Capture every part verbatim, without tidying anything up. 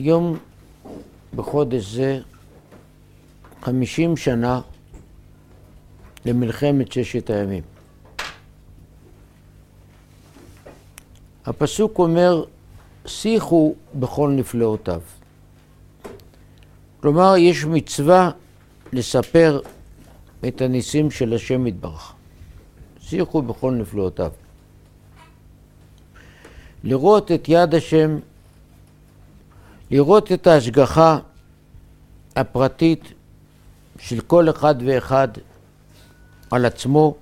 יום בחודש זה חמישים שנה למלחמת ששת הימים. הפסוק אומר, שיחו בכל נפלאותיו. כלומר, יש מצווה לספר את הניסים של השם יתברך. שיחו בכל נפלאותיו. לראות את יד השם, לראות את ההשגחה הפרטית של כל אחד ואחד על עצמו,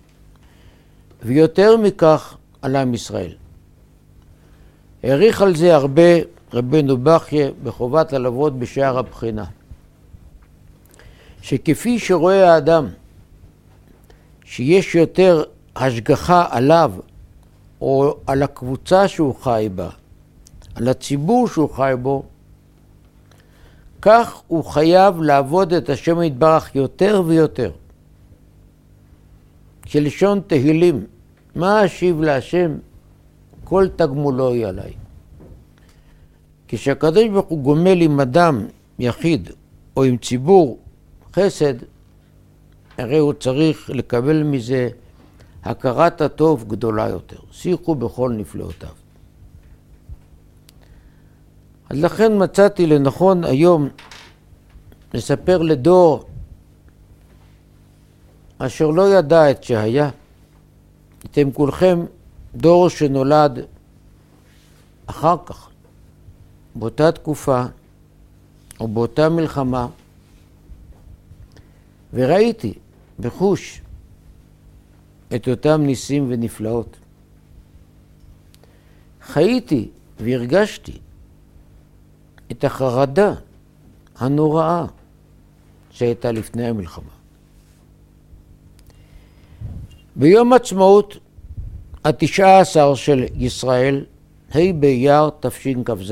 ויותר מכך על עם ישראל. העריך על זה הרבה רבנו בחייא בחובת הלוות בשער הבחינה, שכפי שרואה האדם שיש יותר השגחה עליו או על הקבוצה שהוא חי בה, על הציבור שהוא חי בו, כך הוא חייב לעבוד את השם יתברך יותר ויותר. כלשון תהילים, מה אשיב להשם? כל תגמולו היא עליי. כשהקדוש ברוך הוא גומל עם אדם יחיד או עם ציבור חסד, הרי הוא צריך לקבל מזה הכרת הטוב גדולה יותר. שיחו בכל נפלאותיו. אז לכן מצאתי לנכון היום לספר לדור אשר לא ידע את שהיה. אתם כולכם דור שנולד אחר כך, באותה תקופה או באותה מלחמה, וראיתי בחוש את אותם ניסים ונפלאות. חייתי והרגשתי את החרדה הנוראה שהייתה לפני המלחמה. ביום עצמאות התשעה עשר של ישראל, ה' באייר תשכ"ז,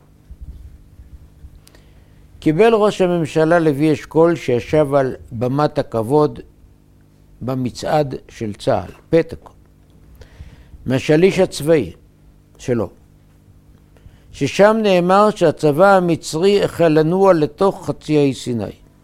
קיבל ראש הממשלה לוי אשכול שישב על במת הכבוד במצעד של צה"ל, פתק, מהשליש הצבאי שלו, ששם נאמר שהצבא המצרי החל לנוע לתוך חצי האי סיני.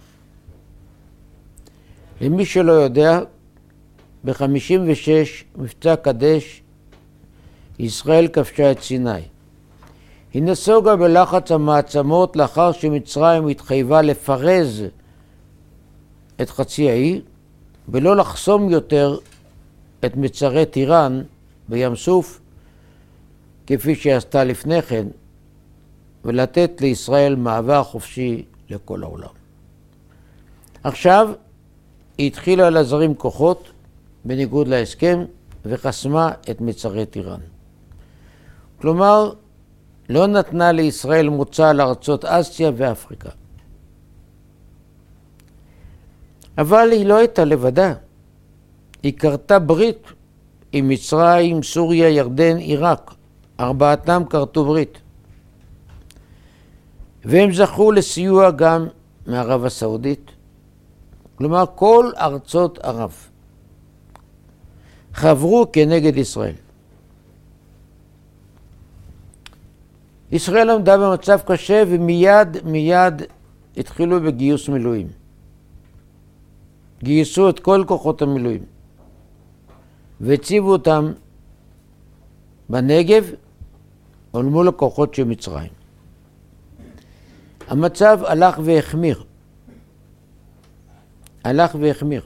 למי שלא יודע, ב-חמישים ושש מבצע קדש ישראל כבשה את סיני. היא נסוגה בלחץ המעצמות לאחר שמצרים התחייבה לפרז את חצי האי ולא לחסום יותר את מצרי טיראן בים סוף כפי שעשתה לפני כן, ולתת לישראל מעבר חופשי לכל העולם. עכשיו היא התחילה להזרים כוחות בניגוד להסכם וחסמה את מצרי טיראן. כלומר, לא נתנה לישראל מוצא לארצות אסיה ואפריקה. אבל היא לא הייתה לבדה. היא כרתה ברית עם מצרים, סוריה, ירדן, עיראק. ארבעתם כרתו ברית. והם זכו לסיוע גם מערב הסעודית. כלומר, כל ארצות ערב חברו כנגד ישראל. ישראל עמדה במצב קשה ומיד מיד התחילו בגיוס מילואים. גייסו את כל כוחות המילואים והציבו אותם בנגב או מול הכוחות של מצרים. המצב הלך והחמיר. הלך והחמיר.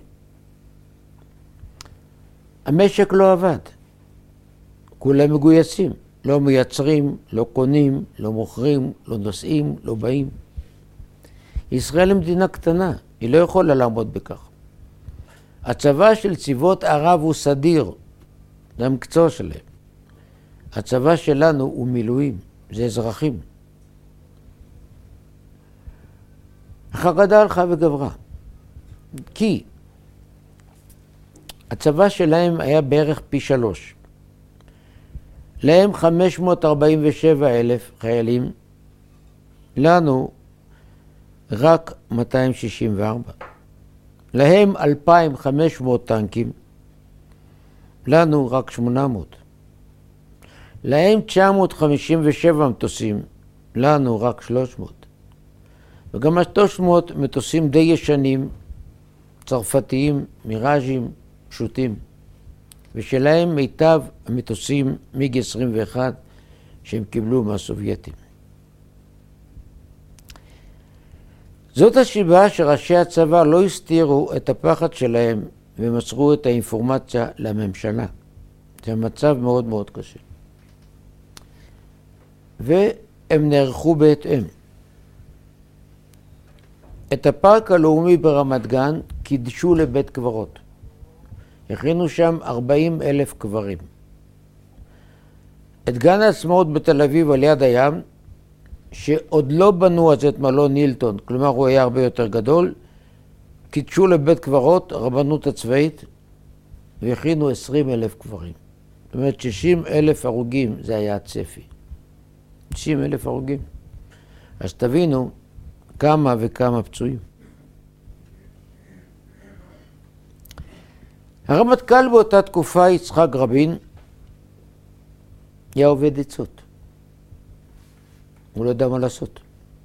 המשק לא עבד. כולם מגויסים. לא מייצרים, לא קונים, לא מוכרים, לא נוסעים, לא באים. ישראל היא מדינה קטנה. היא לא יכולה לעמוד בכך. הצבא של צבאות ערב הוא סדיר. זה המקצוע שלהם. הצבא שלנו הוא מילואים. זה אזרחים. החרדה הלכה וגברה. כי הצבא שלהם היה בערך פי שלוש. להם חמש מאות ארבעים ושבע אלף חיילים, לנו רק מאתיים שישים וארבע. להם אלפיים וחמש מאות טנקים, לנו רק שמונה מאות. להם תשע מאות חמישים ושבע מטוסים, לנו רק שלוש מאות. וגם ה-שלוש מאות מטוסים די ישנים, צרפתיים, מיראז'ים, פשוטים. ושלהם מיטב המטוסים מיג עשרים ואחת שהם קיבלו מהסובייטים. זאת הסיבה שראשי הצבא לא הסתירו את הפחד שלהם ומסרו את האינפורמציה לממשלה. זה מצב מאוד מאוד קשה. והם נערכו בהתאם. את הפארק הלאומי ברמת גן קידשו לבית קברות. הכינו שם ארבעים אלף קברים. את גן העצמאות בתל אביב על יד הים, שעוד לא בנו אז את מלון הילטון, כלומר הוא היה הרבה יותר גדול, קידשו לבית קברות, הרבנות הצבאית, והכינו עשרים אלף קברים. זאת אומרת, שישים אלף הרוגים, זה היה הצפי. שישים אלף הרוגים. אז תבינו כמה וכמה פצועים. הרמטכ"ל באותה תקופה, יצחק רבין, היה עובד עצות. הוא לא יודע מה לעשות.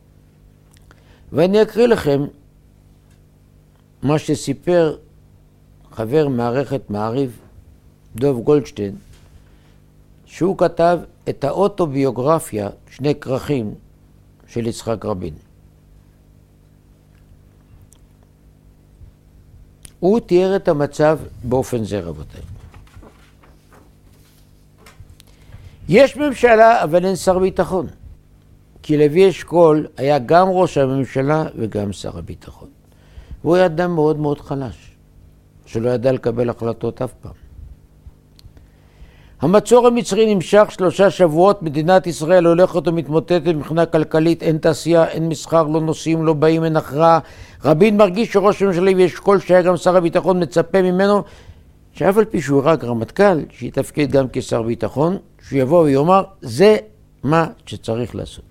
ואני אקריא לכם מה שסיפר חבר מערכת מעריב, דוב גולדשטיין, שהוא כתב את האוטוביוגרפיה, שני כרכים, של יצחק רבין. הוא תיאר את המצב באופן זה, רבותיי. יש ממשלה, אבל אין שר ביטחון. כי לוי אשכול היה גם ראש הממשלה וגם שר הביטחון. והוא היה אדם מאוד מאוד חלש, שלא ידע לקבל החלטות אף פעם. המצור המצרי נמשך שלושה שבועות, מדינת ישראל הולכת ומתמוטטת מבחינה כלכלית, אין תעשייה, אין מסחר, לא נוסעים, לא באים, אין הכרעה. רבין מרגיש שראש הממשלה לוי אשכול, שהיה גם שר הביטחון, מצפה ממנו, שאף על פי שהוא רק רמטכ"ל, שיתפקד גם כשר ביטחון, שהוא יבוא ויאמר, זה מה שצריך לעשות.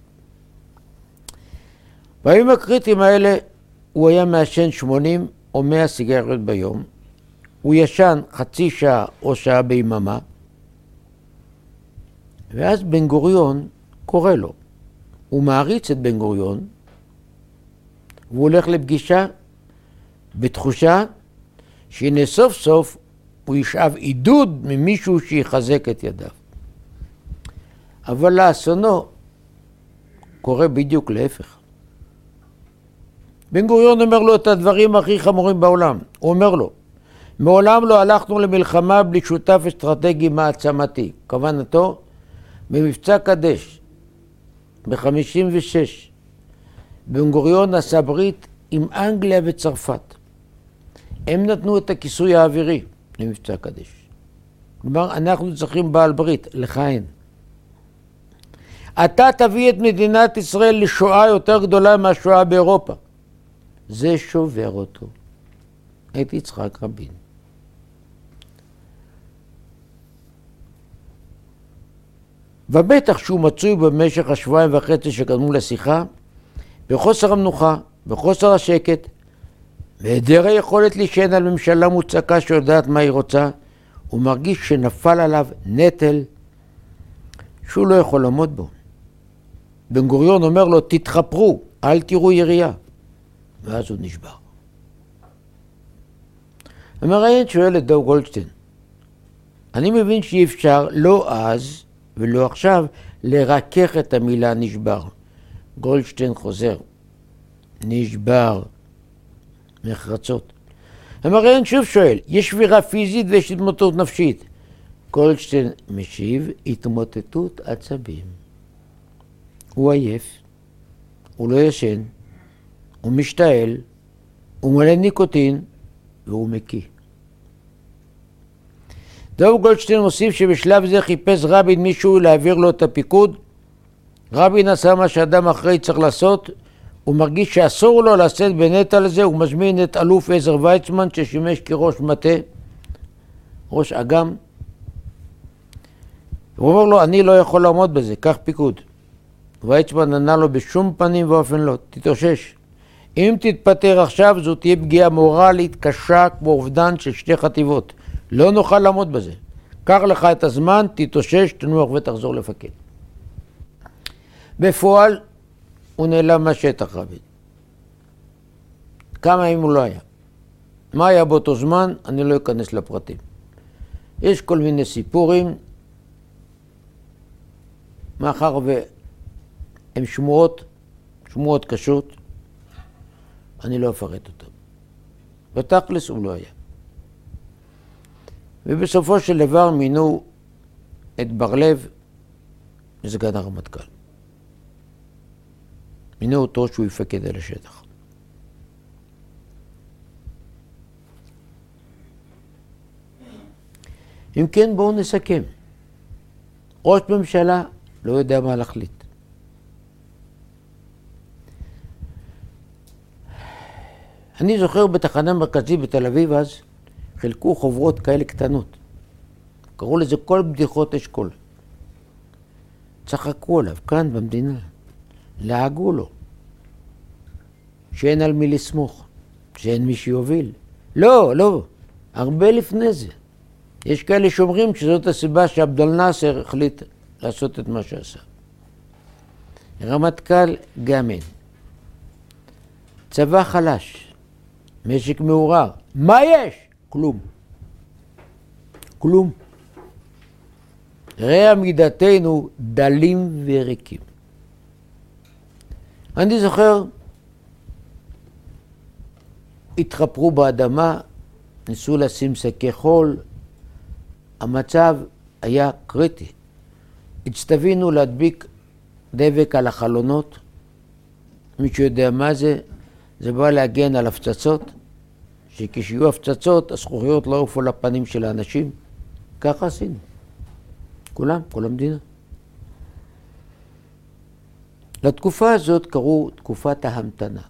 בימים הקריטיים האלה הוא היה מעשן שמונים או מאה סיגריות ביום, הוא ישן חצי שעה או שעה ביממה, ואז בן גוריון קורא לו. הוא מעריץ את בן גוריון, והוא הולך לפגישה בתחושה שהנה סוף סוף הוא ישאב עידוד ממישהו שיחזק את ידיו. אבל לאסונו קורה בדיוק להפך. בן גוריון אומר לו את הדברים הכי חמורים בעולם. הוא אומר לו, מעולם לא הלכנו למלחמה בלי שותף אסטרטגי מעצמתי. כוונתו, במבצע קדש, ב-חמישים ושש, בן גוריון עשה ברית עם אנגליה וצרפת. הם נתנו את הכיסוי האווירי למבצע קדש. כלומר, אנחנו צריכים בעל ברית, לך אין. אתה תביא את מדינת ישראל לשואה יותר גדולה מהשואה באירופה. זה שובר אותו, את יצחק רבין. ובטח שהוא מצוי במשך השבועיים וחצי שקדמו לשיחה, בחוסר המנוחה, בחוסר השקט, והיעדר היכולת להישען על ממשלה מוצקה שיודעת מה היא רוצה, הוא מרגיש שנפל עליו נטל שהוא לא יכול לעמוד בו. בן גוריון אומר לו, תתחפרו, אל תראו ירייה. ואז הוא נשבר. המראיין שואל את דוב גולדשטיין, אני מבין שאי אפשר לא אז ולא עכשיו לרכך את המילה נשבר. גולדשטיין חוזר, נשבר, נחרצות. המראיין שוב שואל, יש שבירה פיזית ויש התמוטטות נפשית. גולדשטיין משיב, התמוטטות עצבים. הוא עייף, הוא לא ישן, הוא משתעל, הוא מלא ניקוטין והוא מקיא. דוב גולדשטיין מוסיף שבשלב זה חיפש רבין מישהו להעביר לו את הפיקוד. רבין עשה מה שאדם אחראי צריך לעשות, הוא מרגיש שאסור לו לשאת בנטל הזה, הוא מזמין את אלוף עזר ויצמן ששימש כראש מטה, ראש אג"ם. הוא אומר לו, אני לא יכול לעמוד בזה, קח פיקוד. ויצמן ענה לו בשום פנים ואופן לא, תתאושש. אם תתפטר עכשיו זו תהיה פגיעה מורלית קשה כמו אובדן של שתי חטיבות. לא נוכל לעמוד בזה. קח לך את הזמן, תתאושש, תנוח ותחזור לפקד. בפועל הוא נעלם מהשטח רבי. כמה ימים הוא לא היה. מה היה באותו זמן? אני לא אכנס לפרטים. יש כל מיני סיפורים, מאחר והם שמועות, שמועות קשות, אני לא אפרט אותם. בתכלס הוא לא היה. ובסופו של דבר מינו את בר לב לסגן הרמטכ"ל. מינו אותו שהוא יפקד על השטח. אם כן, בואו נסכם. ראש ממשלה לא יודע מה להחליט. אני זוכר בתחנה מרכזית בתל אביב אז, חילקו חוברות כאלה קטנות. קראו לזה כל בדיחות אשכול. צחקו עליו, כאן במדינה. לעגו לו. שאין על מי לסמוך. שאין מי שיוביל. לא, לא. הרבה לפני זה. יש כאלה שאומרים שזאת הסיבה שעבדל נאסר החליט לעשות את מה שעשה. רמטכ"ל גם אין. צבא חלש. משק מעורר. מה יש? כלום. כלום. ראה עמידתנו דלים וריקים. אני זוכר, התחפרו באדמה, ניסו לשים שקי חול, המצב היה קריטי. הצטווינו להדביק דבק על החלונות, מי שיודע מה זה, זה בא להגן על הפצצות, שכשיהיו הפצצות, הזכוכיות לא יעופו לפנים של האנשים. ככה עשינו. כולם, כל המדינה. לתקופה הזאת קראו תקופת ההמתנה.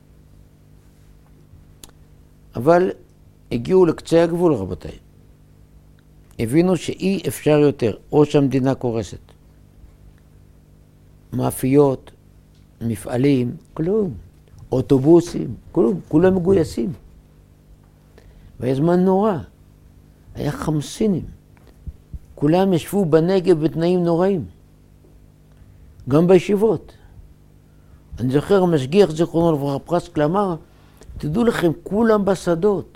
אבל הגיעו לקצה הגבול, רבותיי. הבינו שאי אפשר יותר, או שהמדינה קורסת. מאפיות, מפעלים, כלום. אוטובוסים, כלום, כולם מגויסים. והיה זמן נורא. היה חמסינים. כולם ישבו בנגב בתנאים נוראים. גם בישיבות. אני זוכר, המשגיח זיכרונו לברכה פרסקל אמר, תדעו לכם, כולם בשדות.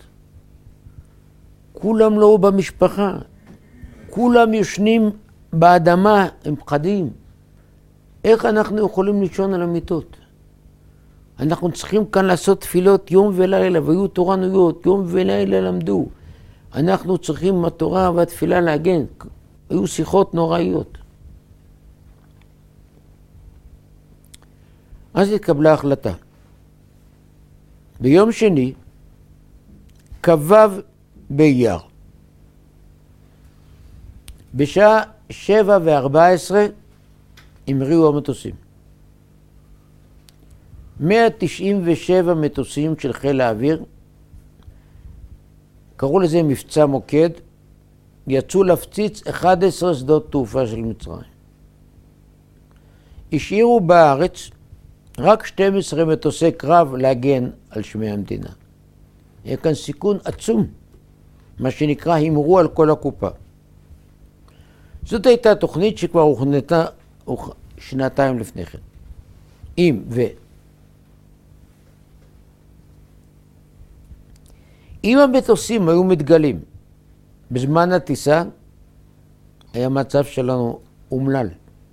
כולם לא במשפחה. כולם ישנים באדמה, הם פחדים. איך אנחנו יכולים לישון על המיטות? אנחנו צריכים כאן לעשות תפילות יום ולילה, והיו תורנויות, יום ולילה למדו. אנחנו צריכים התורה והתפילה להגן. היו שיחות נוראיות. אז התקבלה החלטה. ביום שני, כ"ו באייר. בשעה שבע וארבע עשרה המריאו המטוסים. מאה תשעים ושבע מטוסים של חיל האוויר, קראו לזה מבצע מוקד, יצאו להפציץ אחד עשר שדות תעופה של מצרים. השאירו בארץ רק שנים עשר מטוסי קרב להגן על שמי המדינה. היה כאן סיכון עצום, מה שנקרא הימרו על כל הקופה. זאת הייתה תוכנית שכבר הוכנתה שנתיים לפני כן. אם ו... אם המטוסים היו מתגלים בזמן הטיסה, היה מצב שלנו אומלל.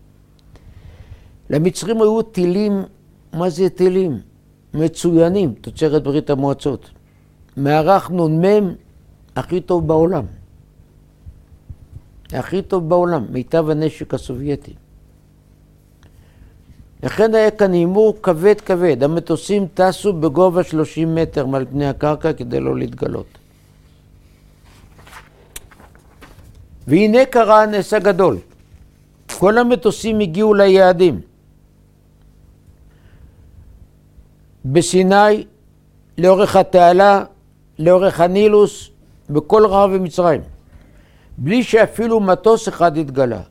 למצרים היו טילים, מה זה טילים? מצוינים, תוצרת ברית המועצות. מערך נ"מ הכי טוב בעולם. הכי טוב בעולם, מיטב הנשק הסובייטי. לכן היה כאן הימור כבד כבד. המטוסים טסו בגובה שלושים מטר מעל פני הקרקע כדי לא להתגלות. והנה קרה הנס הגדול. כל המטוסים הגיעו ליעדים. בסיני, לאורך התעלה, לאורך הנילוס, בכל רעב במצרים. בלי שאפילו מטוס אחד התגלה.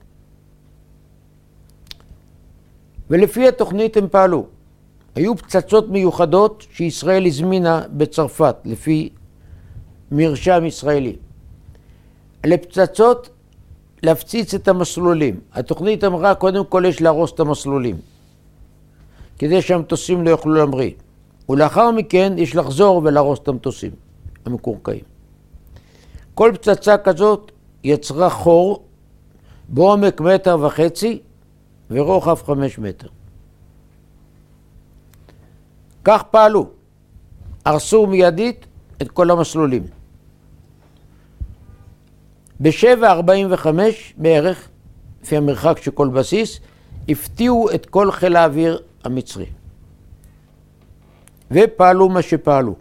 ולפי התוכנית הם פעלו. היו פצצות מיוחדות שישראל הזמינה בצרפת, לפי מרשם ישראלי. לפצצות להפציץ את המסלולים. התוכנית אמרה, קודם כל יש להרוס את המסלולים. כדי שהמטוסים לא יוכלו להמריא. ולאחר מכן יש לחזור ולהרוס את המטוסים המקורקעים. כל פצצה כזאת יצרה חור בעומק מטר וחצי ורוחב חמש מטר. כך פעלו. הרסו מיידית את כל המסלולים. בשבע ארבעים וחמש בערך, לפי המרחק של כל בסיס, הפתיעו את כל חיל האוויר המצרי. ופעלו מה שפעלו.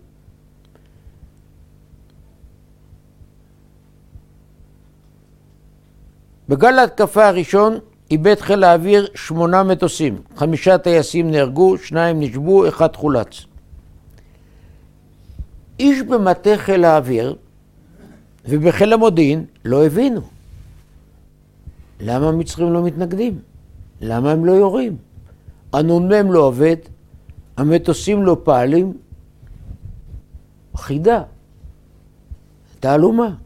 בגל ההתקפה הראשון איבד חיל האוויר שמונה מטוסים. חמישה טייסים נהרגו, שניים נשבו, אחד חולץ. איש במטה חיל האוויר ובחיל המודיעין לא הבינו. למה המצרים לא מתנגדים? למה הם לא יורים? הנ"מ לא עובד, המטוסים לא פעלים. חידה. תעלומה.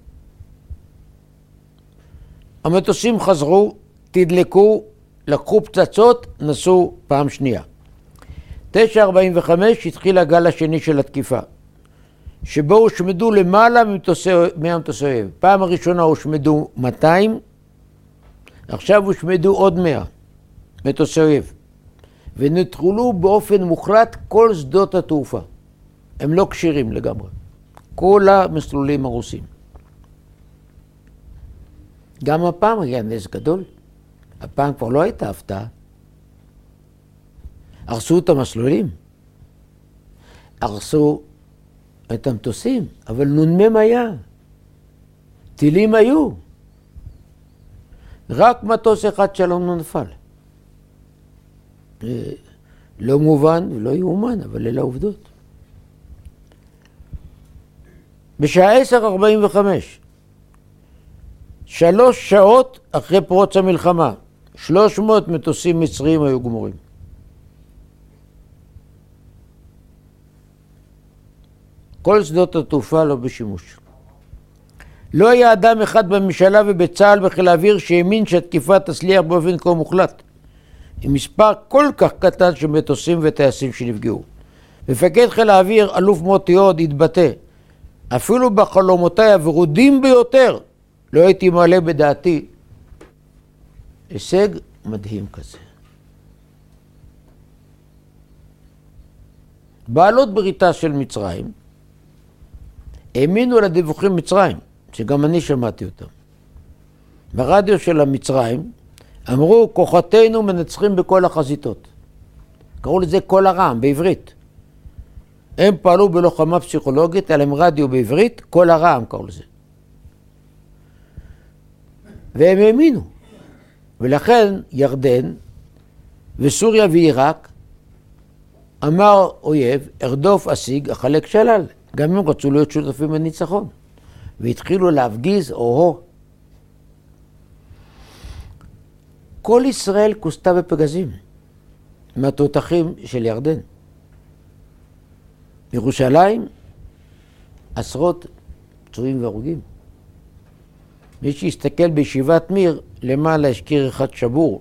המטוסים חזרו, תדלקו, לקחו פצצות, נסו פעם שנייה. תשע ארבעים וחמש התחיל הגל השני של התקיפה, שבו הושמדו למעלה ממטוסי אויב. פעם הראשונה הושמדו מאתיים, עכשיו הושמדו עוד מאה מטוסי אויב. ונטרלו באופן מוחלט כל שדות התעופה. הם לא כשירים לגמרי. כל המסלולים הרוסים. גם הפעם היה נס גדול. הפעם כבר לא הייתה הפתעה. הרסו את המסלולים. הרסו את המטוסים, אבל נ"מ היה. טילים היו. רק מטוס אחד שלום לא נפל. לא מובן ולא יאומן, אבל אלה העובדות. בשעה עשר ארבעים וחמש, שלוש שעות אחרי פרוץ המלחמה, שלוש מאות מטוסים מצריים היו גמורים. כל שדות התעופה לא בשימוש. לא היה אדם אחד בממשלה ובצה"ל וחיל האוויר שהאמין שהתקיפה תצליח באופן כה מוחלט. עם מספר כל כך קטן של מטוסים וטייסים שנפגעו. מפקד חיל האוויר, אלוף מוטי הוד, התבטא, אפילו בחלומותיי הוורודים ביותר, לא הייתי מעלה בדעתי הישג מדהים כזה. בעלות בריתה של מצרים האמינו לדיווחים מצרים, שגם אני שמעתי אותם. ברדיו של המצרים אמרו, כוחותינו מנצחים בכל החזיתות. קראו לזה כל הרעם בעברית. הם פעלו בלוחמה פסיכולוגית, היה להם רדיו בעברית, כל הרעם קראו לזה. והם האמינו. ולכן ירדן וסוריה ועיראק אמר אויב, ארדוף, אשיג, החלק שלל. גם הם רצו להיות שותפים בניצחון. והתחילו להפגיז, או-הו. כל ישראל כוסתה בפגזים מהתותחים של ירדן. ירושלים, עשרות פצועים והרוגים. מי שהסתכל בישיבת מיר, למעלה יש קיר אחד שבור.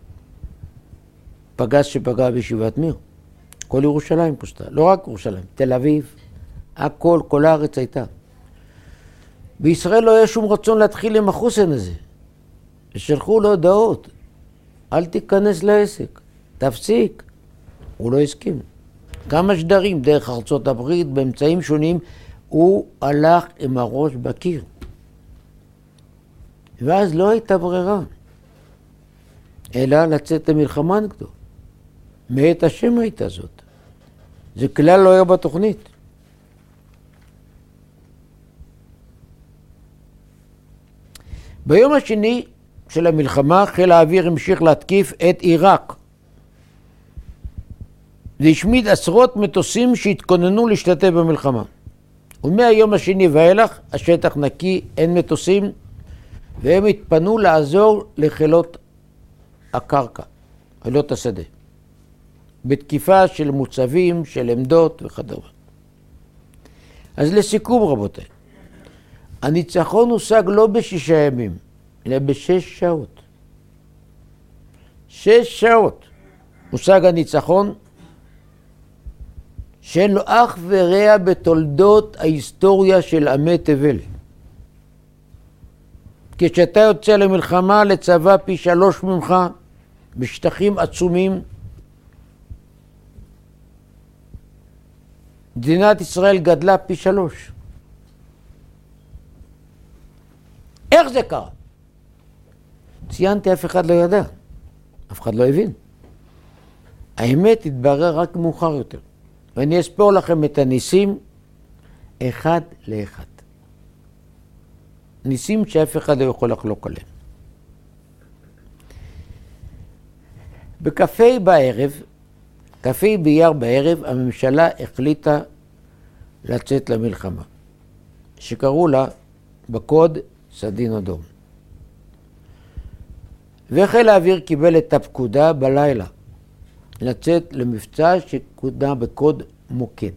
פגז שפגע בישיבת מיר. כל ירושלים כוסתה, לא רק ירושלים, תל אביב, הכל, כל הארץ הייתה. בישראל לא היה שום רצון להתחיל עם החוסן הזה. ושלחו לו הודעות, אל תיכנס לעסק, תפסיק. הוא לא הסכים. כמה שדרים דרך ארצות הברית, באמצעים שונים, הוא הלך עם הראש בקיר. ואז לא הייתה ברירה, אלא לצאת למלחמה נגדו. מאת השם הייתה זאת. זה כלל לא היה בתוכנית. ביום השני של המלחמה, חיל האוויר המשיך להתקיף את עיראק. והשמיד עשרות מטוסים שהתכוננו להשתתף במלחמה. ומהיום השני ואילך, השטח נקי, אין מטוסים, והם התפנו לעזור לחילות הקרקע, חילות השדה. בתקיפה של מוצבים, של עמדות וכדומה. אז לסיכום רבותיי, הניצחון הושג לא בשישה ימים, אלא בשש שעות. שש שעות הושג הניצחון שאין לו אח ורע בתולדות ההיסטוריה של עמי תבל. כשאתה יוצא למלחמה לצבא פי שלוש ממך, בשטחים עצומים, מדינת ישראל גדלה פי שלוש. איך זה קרה? ציינתי, אף אחד לא ידע, אף אחד לא הבין. האמת התברר רק מאוחר יותר, ואני אספור לכם את הניסים אחד לאחד. ניסים שאף אחד לא יכול לחלוק עליהם. בקפה בערב, קפה באייר בערב, הממשלה החליטה לצאת למלחמה, שקראו לה בקוד סדין אדום. וחיל האוויר קיבל את הפקודה בלילה לצאת למבצע שקודמה בקוד מוקד.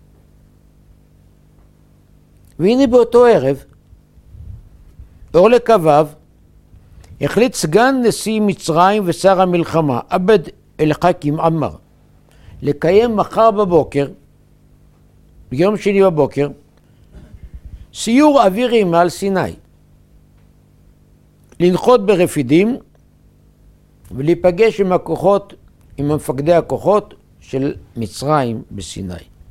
והנה באותו ערב, אור לקביו, החליט סגן נשיא מצרים ושר המלחמה, עבד אל-חכים עמר, לקיים מחר בבוקר, ביום שני בבוקר, סיור אווירי מעל סיני, לנחות ברפידים ולהיפגש עם הכוחות, עם מפקדי הכוחות של מצרים בסיני.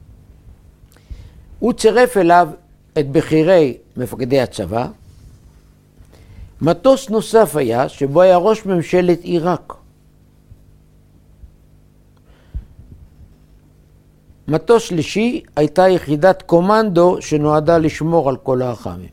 הוא צירף אליו את בכירי מפקדי הצבא. מטוס נוסף היה שבו היה ראש ממשלת עיראק. מטוס שלישי הייתה יחידת קומנדו שנועדה לשמור על כל האח"מים.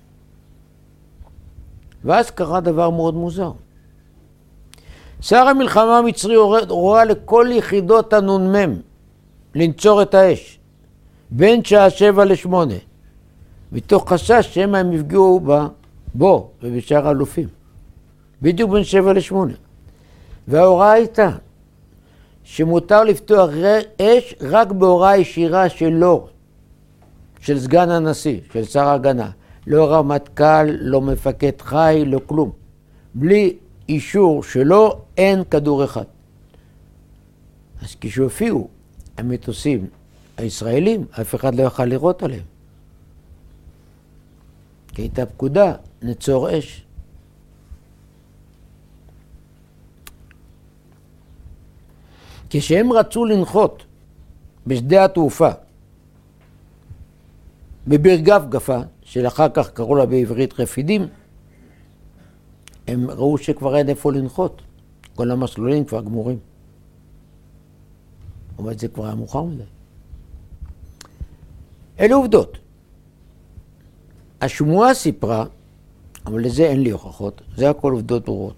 ואז קרה דבר מאוד מוזר. שר המלחמה המצרי הורה לכל יחידות הנ"מ לנצור את האש בין שעה שבע לשמונה, מתוך חשש שמא הם יפגעו בו ובשאר האלופים, בדיוק בין שבע לשמונה. וההוראה הייתה שמותר לפתוח אש רק בהוראה ישירה שלו, של סגן הנשיא, של שר ההגנה. לא רמטכ"ל, לא מפקד חי, לא כלום. בלי אישור שלו אין כדור אחד. אז כשהופיעו המטוסים הישראלים, אף אחד לא יוכל לראות עליהם. כי הייתה פקודה, נצור אש. כשהם רצו לנחות בשדה התעופה, בברגף גפה, שלאחר כך קראו לה בעברית רפידים, הם ראו שכבר אין איפה לנחות. כל המסלולים כבר גמורים. אבל זה כבר היה מאוחר מדי. אלו עובדות. השמועה סיפרה, אבל לזה אין לי הוכחות, זה הכל עובדות ברורות,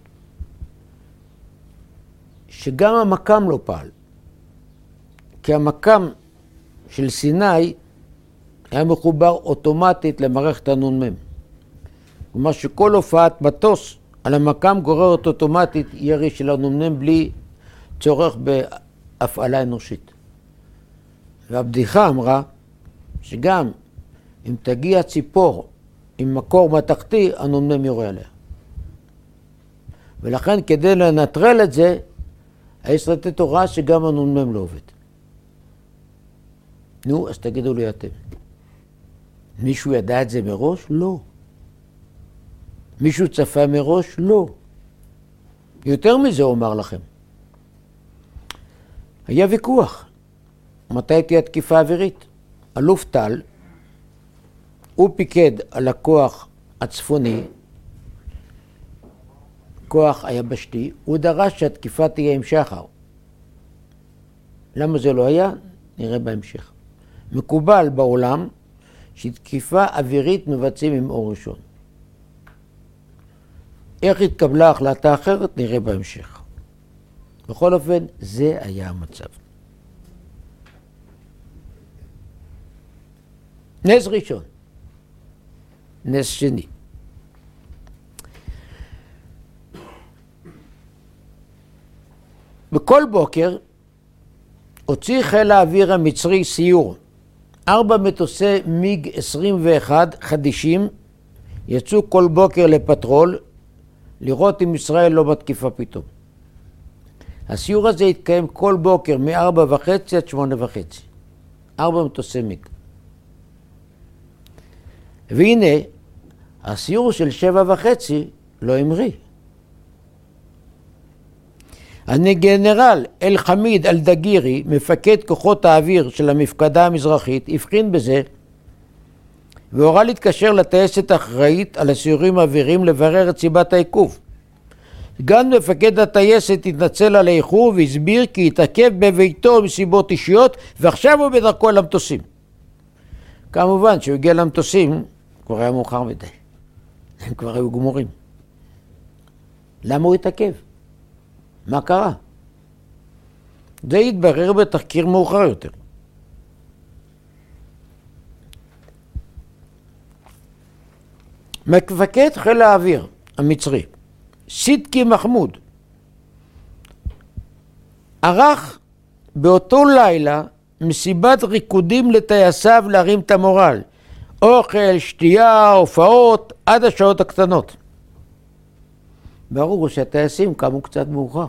שגם המקם לא פעל. כי המקם של סיני היה מחובר אוטומטית למערכת הנ"מ. כלומר שכל הופעת מטוס על המקם גוררת אוטומטית ירי של הנ"מ בלי צורך בהפעלה אנושית. והבדיחה אמרה שגם אם תגיע ציפור עם מקור מתכתי, הנ"מ יורה עליה. ולכן כדי לנטרל את זה, יש לתת הוראה שגם הנ"מ לא עובד. נו, אז תגידו לי אתם. מישהו ידע את זה מראש? לא. מישהו צפה מראש? לא. יותר מזה הוא אומר לכם. היה ויכוח. מתי תהיה תקיפה אווירית? אלוף טל, הוא פיקד על הכוח הצפוני, כוח היבשתי, הוא דרש שהתקיפה תהיה עם שחר. למה זה לא היה? נראה בהמשך. מקובל בעולם שתקיפה אווירית מבצעים עם אור ראשון. איך התקבלה החלטה אחרת? נראה בהמשך. בכל אופן, זה היה המצב. נס ראשון. נס שני. בכל בוקר הוציא חיל האוויר המצרי סיור. ארבע מטוסי מיג עשרים ואחת חדישים יצאו כל בוקר לפטרול, לראות אם ישראל לא מתקיפה פתאום. הסיור הזה התקיים כל בוקר מ-ארבע וחצי עד שמונה וחצי. ארבע מטוסי מיג. והנה, הסיור של שבע וחצי לא המריא. הגנרל אל-חמיד אל-דגירי, מפקד כוחות האוויר של המפקדה המזרחית, הבחין בזה והורה להתקשר לטייסת האחראית על הסיורים האוויריים לברר את סיבת העיכוב. גם מפקד הטייסת התנצל על האיחור והסביר כי התעכב בביתו מסיבות אישיות ועכשיו הוא בדרכו אל המטוסים. כמובן שהוא הגיע למטוסים כבר היה מאוחר מדי, הם כבר היו גמורים. למה הוא התעכב? מה קרה? זה יתברר בתחקיר מאוחר יותר. מפקד חיל האוויר המצרי, סידקי מחמוד, ערך באותו לילה מסיבת ריקודים לטייסיו להרים את המורל. אוכל, שתייה, הופעות, עד השעות הקטנות. ברור שהטייסים קמו קצת מאוחר.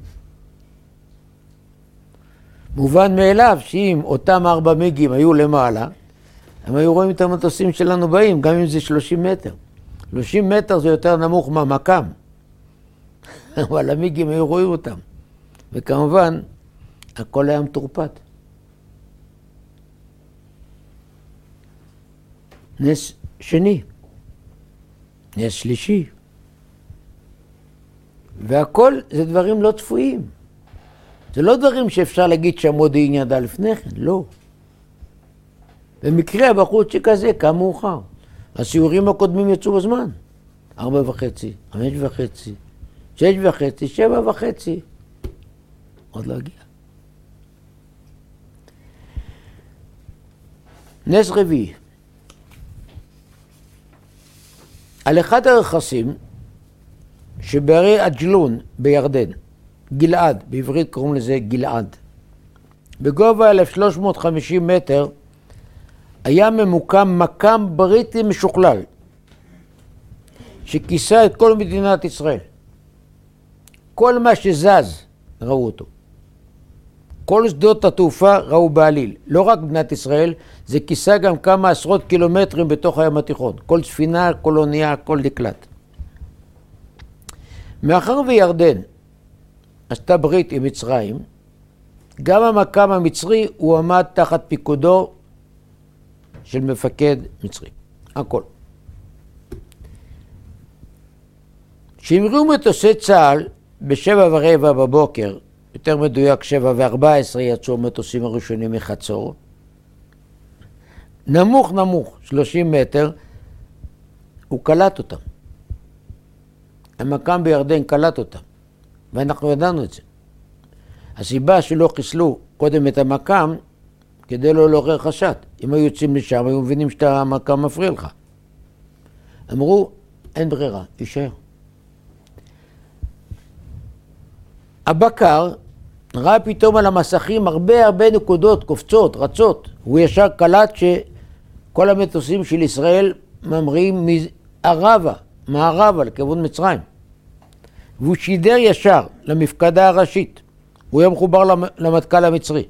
מובן מאליו שאם אותם ארבע מיגים היו למעלה, הם היו רואים את המטוסים שלנו באים, גם אם זה שלושים מטר. שלושים מטר זה יותר נמוך מהמקם. אבל המיגים היו רואים אותם. וכמובן, הכל היה מתורפת. נס שני, נס שלישי. והכל זה דברים לא צפויים. זה לא דברים שאפשר להגיד שהמודיעין ידע לפני כן, לא. במקרה הבחורצ'יק הזה קם מאוחר. הסיורים הקודמים יצאו בזמן. ארבע וחצי, חמש וחצי, שש וחצי, שבע וחצי. עוד לא הגיע. נס רביעי. על אחד הרכסים שבערי עג'לון בירדן, גלעד, בעברית קוראים לזה גלעד, בגובה אלף שלוש מאות וחמישים מטר, היה ממוקם מקם בריטי משוכלל, שכיסה את כל מדינת ישראל. כל מה שזז ראו אותו. כל שדות התעופה ראו בעליל. לא רק מדינת ישראל, זה כיסה גם כמה עשרות קילומטרים בתוך הים התיכון. כל ספינה, כל אונייה, הכל נקלט. מאחר וירדן עשתה ברית עם מצרים, גם המקם המצרי הוא עמד תחת פיקודו של מפקד מצרי. הכל. שהמריאו מטוסי צה"ל בשבע ורבע בבוקר, יותר מדויק שבע וארבע עשרה יצאו המטוסים הראשונים מחצור, נמוך נמוך, שלושים מטר, הוא קלט אותם. המקם בירדן קלט אותם, ואנחנו ידענו את זה. הסיבה שלא חיסלו קודם את המקם, כדי לא לעורר חשד. אם היו יוצאים לשם, היו מבינים שאתה המקם מפריע לך. אמרו, אין ברירה, יישאר. הבקר ראה פתאום על המסכים הרבה הרבה נקודות, קופצות, רצות. הוא ישר קלט שכל המטוסים של ישראל ממריאים מערבה, מערבה לכיוון מצרים. והוא שידר ישר למפקדה הראשית. הוא היה מחובר למטכ"ל המצרי.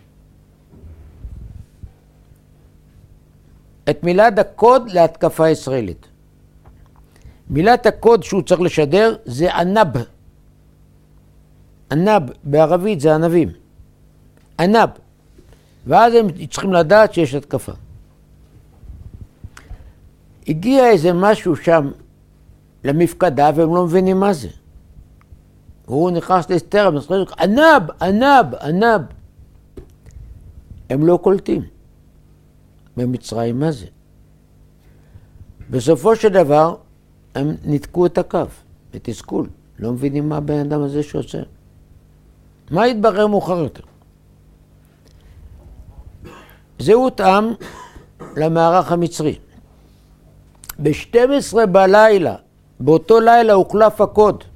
את מילת הקוד להתקפה ישראלית. מילת הקוד שהוא צריך לשדר זה ענב. ענב בערבית זה ענבים. ענב. ואז הם צריכים לדעת שיש התקפה. הגיע איזה משהו שם למפקדה והם לא מבינים מה זה. הוא נכנס להסתר, ענב, ענב, ענב. הם לא קולטים. במצרים מה זה? בסופו של דבר הם נתקו את הקו, בתסכול. לא מבינים מה הבן אדם הזה שעושה. מה יתברר מאוחר יותר? זה הותאם למערך המצרי. ב-שתים עשרה בלילה, באותו לילה הוחלף הקוד.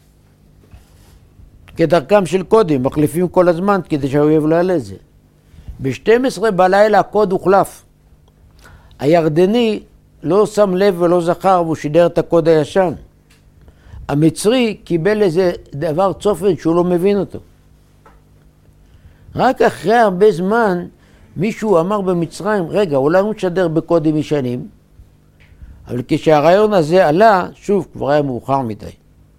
כדרכם של קודים, מחליפים כל הזמן כדי שהאויב לא יעלה את זה. ב-שתים עשרה בלילה הקוד הוחלף. הירדני לא שם לב ולא זכר והוא שידר את הקוד הישן. המצרי קיבל איזה דבר צופן שהוא לא מבין אותו. רק אחרי הרבה זמן מישהו אמר במצרים, רגע, אולי הוא משדר בקודים ישנים, אבל כשהרעיון הזה עלה, שוב, כבר היה מאוחר מדי.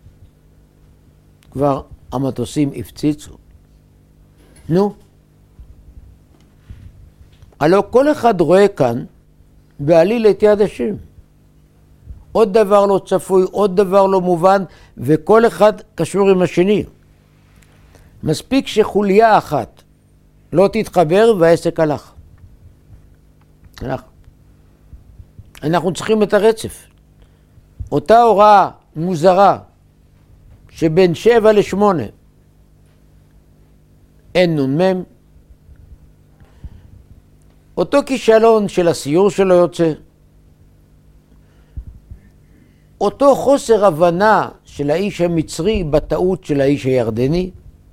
כבר המטוסים הפציצו. נו. הלוא כל אחד רואה כאן בעליל את יד השם. עוד דבר לא צפוי, עוד דבר לא מובן, וכל אחד קשור עם השני. מספיק שחוליה אחת לא תתחבר והעסק הלך. הלך. אנחנו צריכים את הרצף. אותה הוראה מוזרה שבין שבע לשמונה אין נון מם, אותו כישלון של הסיור שלו יוצא, אותו חוסר הבנה של האיש המצרי בטעות של האיש הירדני,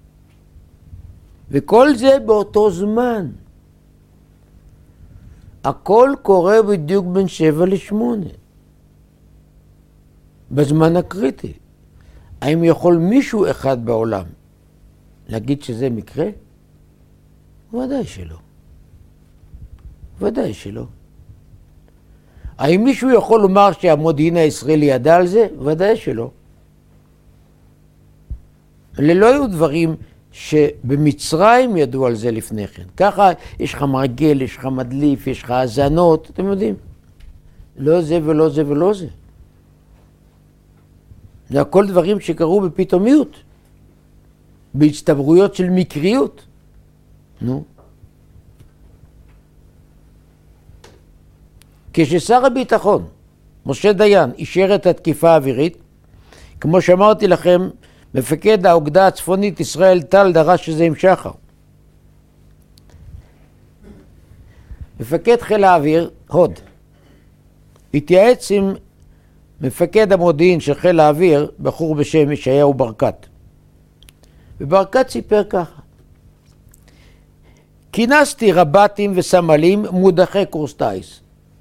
וכל זה באותו זמן. הכל קורה בדיוק בין שבע לשמונה. בזמן הקריטי. האם יכול מישהו אחד בעולם להגיד שזה מקרה? ודאי שלא. ודאי שלא. האם מישהו יכול לומר שהמודיעין הישראלי ידע על זה? ודאי שלא. אלה לא היו דברים שבמצרים ידעו על זה לפני כן. ככה יש לך מרגל, יש לך מדליף, יש לך האזנות, אתם יודעים. לא זה ולא זה ולא זה. זה הכל דברים שקרו בפתאומיות, בהצטברויות של מקריות. נו. כששר הביטחון, משה דיין, אישר את התקיפה האווירית, כמו שאמרתי לכם, מפקד האוגדה הצפונית ישראל טל דרש שזה עם שחר. מפקד חיל האוויר, הוד, התייעץ עם מפקד המודיעין של חיל האוויר, בחור בשם ישעיהו ברקת. וברקת סיפר ככה: כינסתי רבטים וסמלים מודחי קורס טייס.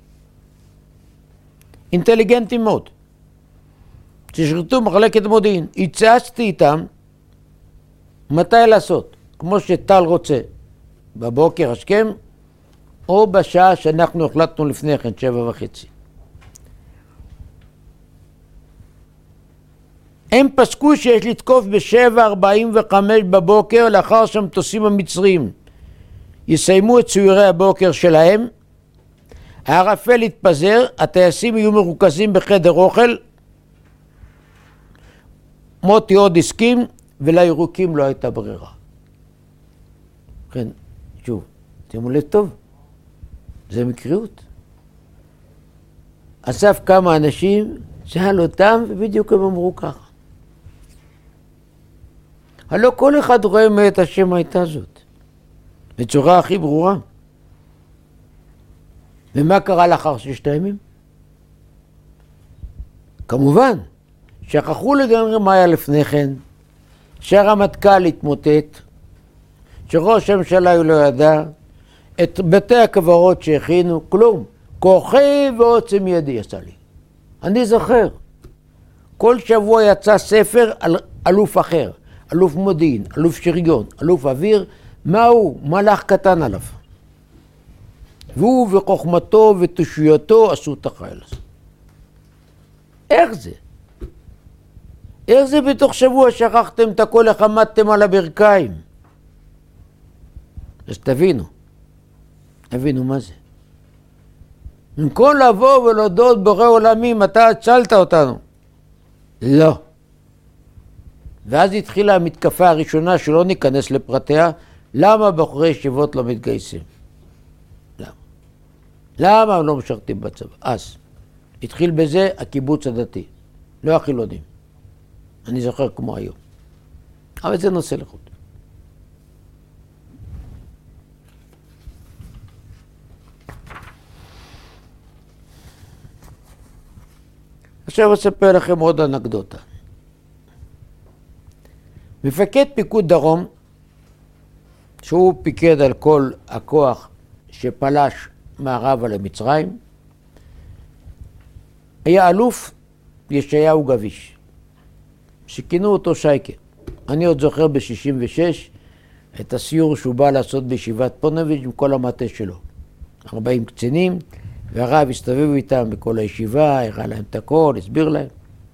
אינטליגנטים מאוד. ששרתו מחלקת מודיעין. הצעצתי איתם מתי לעשות, כמו שטל רוצה, בבוקר השכם, או בשעה שאנחנו החלטנו לפני כן, שבע וחצי. הם פסקו שיש לתקוף בשבע ארבעים וחמש בבוקר, לאחר שהמטוסים המצרים יסיימו את ציורי הבוקר שלהם, הערפל יתפזר, הטייסים יהיו מרוכזים בחדר אוכל, מוטי עוד הסכים, ולירוקים לא הייתה ברירה. כן, שוב, תשימו לב טוב, זה מקריות. אסף כמה אנשים, שאל אותם, ובדיוק הם אמרו ככה. הלא כל אחד רואה מאת השם הייתה זאת, בצורה הכי ברורה. ומה קרה לאחר ששת הימים? כמובן, שכחו לגמרי מה היה לפני כן, שהרמטכ"ל התמוטט, שראש הממשלה הוא לא ידע, את בתי הקברות שהכינו, כלום. כוחי ועוצם ידי יצא לי. אני זוכר, כל שבוע יצא ספר על אלוף אחר, אלוף מודיעין, אלוף שריון, אלוף אוויר, מה הוא? מלאך קטן עליו. והוא וחוכמתו ותושייתו עשו את החיל הזה. איך זה? איך זה בתוך שבוע שכחתם את הכל, איך עמדתם על הברכיים? אז תבינו, תבינו מה זה. במקום לבוא ולהודות בורא עולמים, אתה הצלת אותנו. לא. ואז התחילה המתקפה הראשונה שלא ניכנס לפרטיה, למה בחורי ישיבות לא מתגייסים? למה? למה הם לא משרתים בצבא? אז התחיל בזה הקיבוץ הדתי, לא החילונים. אני זוכר כמו היום. אבל זה נושא לחוד. עכשיו אספר לכם עוד אנקדוטה. מפקד פיקוד דרום, שהוא פיקד על כל הכוח שפלש מערבה למצרים, היה אלוף ישעיהו גביש, שכינו אותו שייקה. אני עוד זוכר ב-שישים ושש, את הסיור שהוא בא לעשות בישיבת פונביץ' עם כל המטה שלו. ארבעים קצינים, והרב הסתובב איתם בכל הישיבה, הראה להם את הכל, הסביר להם.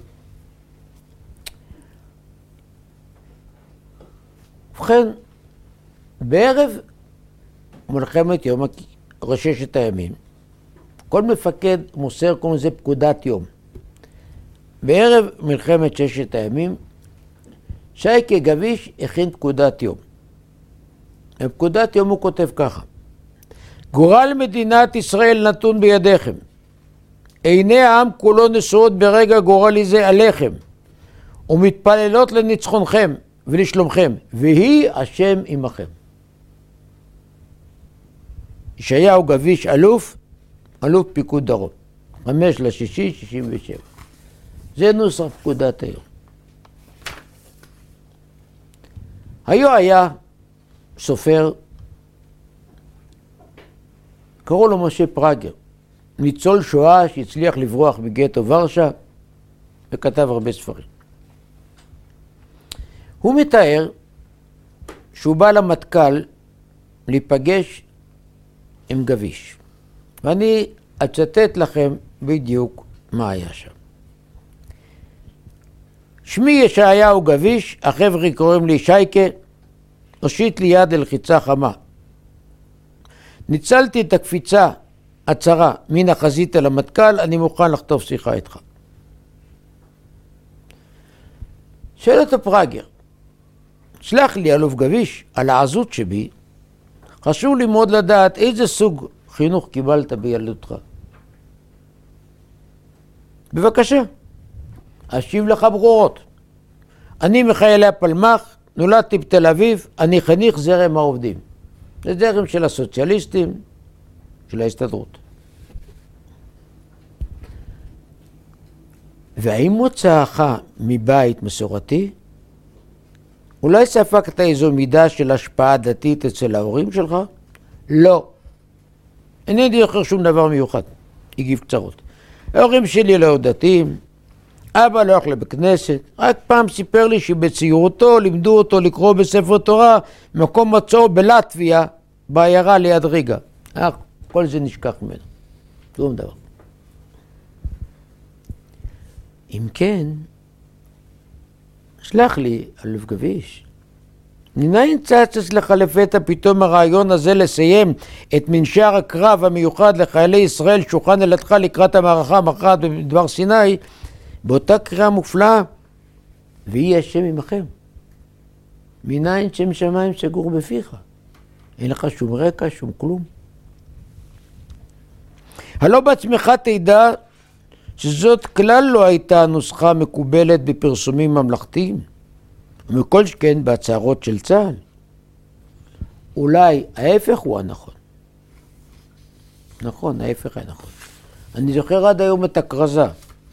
ובכן, בערב מלחמת יום ששת הימים, כל מפקד מוסר כמו זה פקודת יום. בערב מלחמת ששת הימים, שייקה גביש הכין פקודת יום. בפקודת יום הוא כותב ככה: גורל מדינת ישראל נתון בידיכם. עיני העם כולו נשואות ברגע גורלי זה עליכם, ומתפללות לניצחונכם ולשלומכם, ויהי השם עמכם. ישעיהו גביש אלוף, אלוף פיקוד דרום, חמש לשישי שישים ושבע. זה נוסח פקודת היום. היו היה סופר, קראו לו משה פראגר, ניצול שואה שהצליח לברוח מגטו ורשה וכתב הרבה ספרים. הוא מתאר שהוא בא למטכ"ל להיפגש עם גביש, ואני אצטט לכם בדיוק מה היה שם. שמי ישעיהו גביש, החבר'ה קוראים לי שייקה, הושיט לי יד ללחיצה חמה. ניצלתי את הקפיצה הצרה מן החזית אל המטכ"ל, אני מוכן לכתוב שיחה איתך. שואל אותו פראגר, סלח לי אלוף גביש על העזות שבי, חשוב לי מאוד לדעת איזה סוג חינוך קיבלת בילדותך. בבקשה, אשיב לך ברורות. אני מחיילי הפלמ"ח, נולדתי בתל אביב, אני חניך זרם העובדים. זה זרם של הסוציאליסטים, של ההסתדרות. והאם מוצאך מבית מסורתי? אולי ספקת איזו מידה של השפעה דתית אצל ההורים שלך? לא. אינני זוכר שום דבר מיוחד. הגיב קצרות. ההורים שלי לא דתיים, אבא לא הלך לבית כנסת, רק פעם סיפר לי שבצעירותו לימדו אותו לקרוא בספר תורה, מקום מצאו בלטביה, בעיירה ליד ריגה. אך, כל זה נשכח ממנו. שום דבר. אם כן, שלח לי, אלוף גביש, מניין צץ אצלך לפתע פתאום הרעיון הזה לסיים את מנשר הקרב המיוחד לחיילי ישראל שהוכן אלתך לקראת המערכה המכרעת במדבר סיני, באותה קריאה מופלאה, ויהי השם עמכם. מניין שם שמיים סגור בפיך. אין לך שום רקע, שום כלום. הלא בעצמך תדע שזאת כלל לא הייתה נוסחה מקובלת בפרסומים ממלכתיים, ומכל שכן בהצהרות של צה"ל. אולי ההפך הוא הנכון. נכון, ההפך היה נכון. אני זוכר עד היום את הכרזה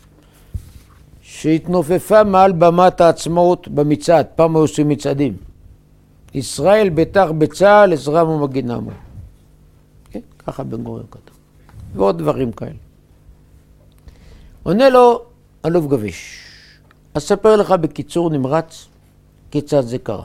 שהתנופפה מעל במת העצמאות במצעד, פעם היו עושים מצעדים. ישראל בטח בצה"ל, עזרם ומגינם. כן, ככה בן גוריון כתב. ועוד דברים כאלה. עונה לו אלוף גביש, אספר לך בקיצור נמרץ כיצד זה קרה.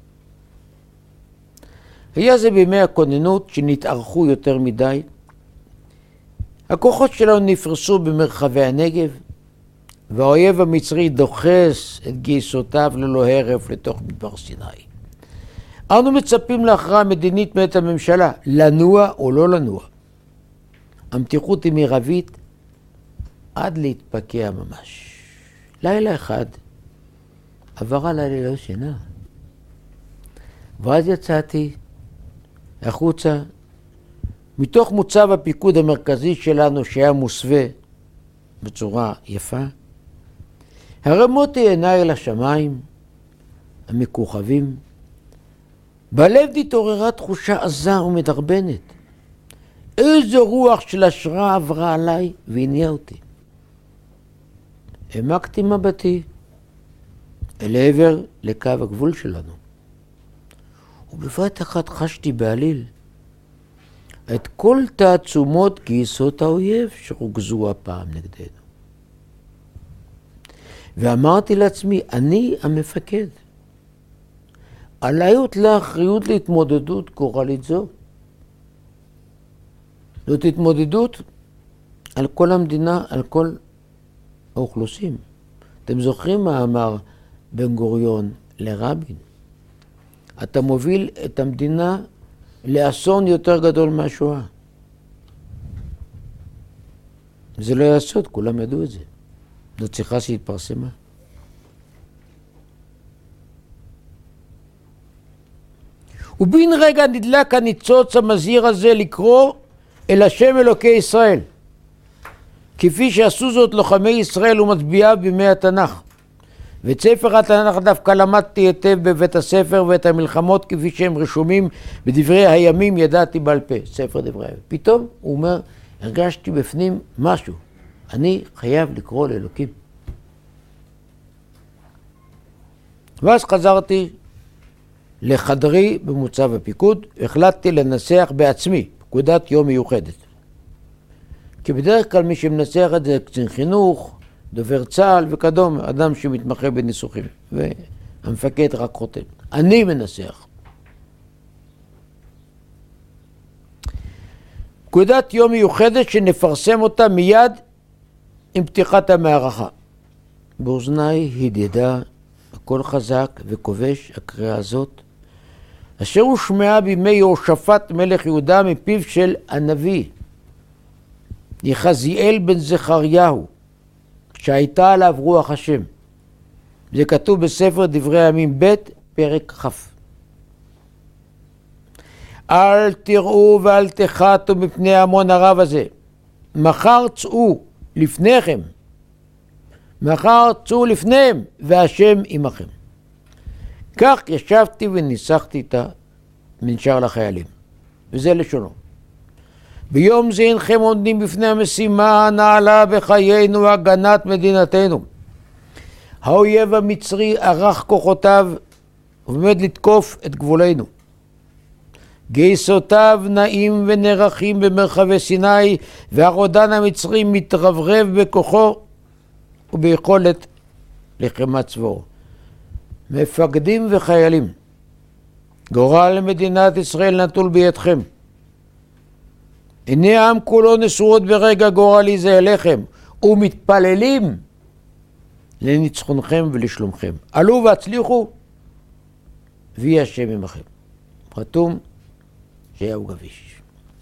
היה זה בימי הכוננות שנתארכו יותר מדי. הכוחות שלנו נפרסו במרחבי הנגב, והאויב המצרי דוחס את גייסותיו ללא הרף לתוך מדבר סיני. אנו מצפים להכרעה מדינית מאת הממשלה, לנוע או לא לנוע. המתיחות היא מרבית עד להתפקע ממש. לילה אחד עבר עליי ללא שינה. ואז יצאתי החוצה מתוך מוצב הפיקוד המרכזי שלנו שהיה מוסווה בצורה יפה. הרמותי עיניי אל השמיים המכוכבים. בלב התעוררה תחושה עזה ומדרבנת. איזו רוח של השראה עברה עליי והניעה אותי. העמקתי מבטי אל עבר לקו הגבול שלנו. ובבת אחת חשתי בעליל את כל תעצומות גייסות האויב שרוכזו הפעם נגדנו. ואמרתי לעצמי, אני המפקד. עליי הוטלה אחריות להתמודדות גורלית זו. זאת התמודדות על כל המדינה, על כל האוכלוסין. אתם זוכרים מה אמר בן גוריון לרבין? אתה מוביל את המדינה לאסון יותר גדול מהשואה. זה לא יעשות, כולם ידעו את זה. זאת שיחה שהתפרסמה. ובין רגע נדלק הניצוץ המזהיר הזה לקרוא אל השם אלוקי ישראל, כפי שעשו זאת לוחמי ישראל ומצביעיו בימי התנ"ך. ואת ספר התנ"ך דווקא למדתי היטב בבית הספר, ואת המלחמות כפי שהם רשומים בדברי הימים ידעתי בעל פה, ספר דברי הימים. פתאום הוא אומר, הרגשתי בפנים משהו, אני חייב לקרוא לאלוקים. ואז חזרתי לחדרי במוצב הפיקוד, החלטתי לנסח בעצמי פקודת יום מיוחדת. כי בדרך כלל מי שמנסח את זה קצין חינוך, דובר צה"ל וכדום, אדם שמתמחה בניסוחים, והמפקד רק חותם. אני מנסח. פקודת יום מיוחדת שנפרסם אותה מיד עם פתיחת המערכה. באוזניי הדהדה הכל חזק וכובש הקריאה הזאת, אשר הושמעה בימי יהושפט מלך יהודה מפיו של הנביא יחזיאל בן זכריהו, שהייתה עליו רוח השם. זה כתוב בספר דברי הימים ב' פרק כ'. אל תראו ואל תחתו מפני המון הרב הזה. מחר צאו לפניכם. מחר צאו לפניהם והשם עמכם. כך ישבתי וניסחתי את המנשר לחיילים. וזה לשונו. ביום זה אינכם עומדים בפני המשימה הנעלה בחיינו הגנת מדינתנו. האויב המצרי ערך כוחותיו ועומד לתקוף את גבולנו. גייסותיו נעים ונערכים במרחבי סיני, והרודן המצרי מתרברב בכוחו וביכולת לחימת צבאו. מפקדים וחיילים, גורל מדינת ישראל נטול בידכם. עיני העם כולו נשואות ברגע גורלי זה אליכם, ומתפללים לניצחונכם ולשלומכם. עלו והצליחו, ויהי השם עמכם. חתום ישעיהו גביש.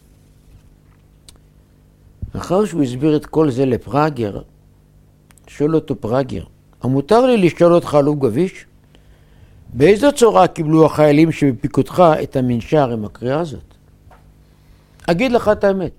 אחר שהוא הסביר את כל זה לפראגר, שואל אותו פראגר, המותר לי לשאול אותך אלוף גביש? באיזו צורה קיבלו החיילים שבפיקודך את המנשר עם הקריאה הזאת? אגיד לך את האמת.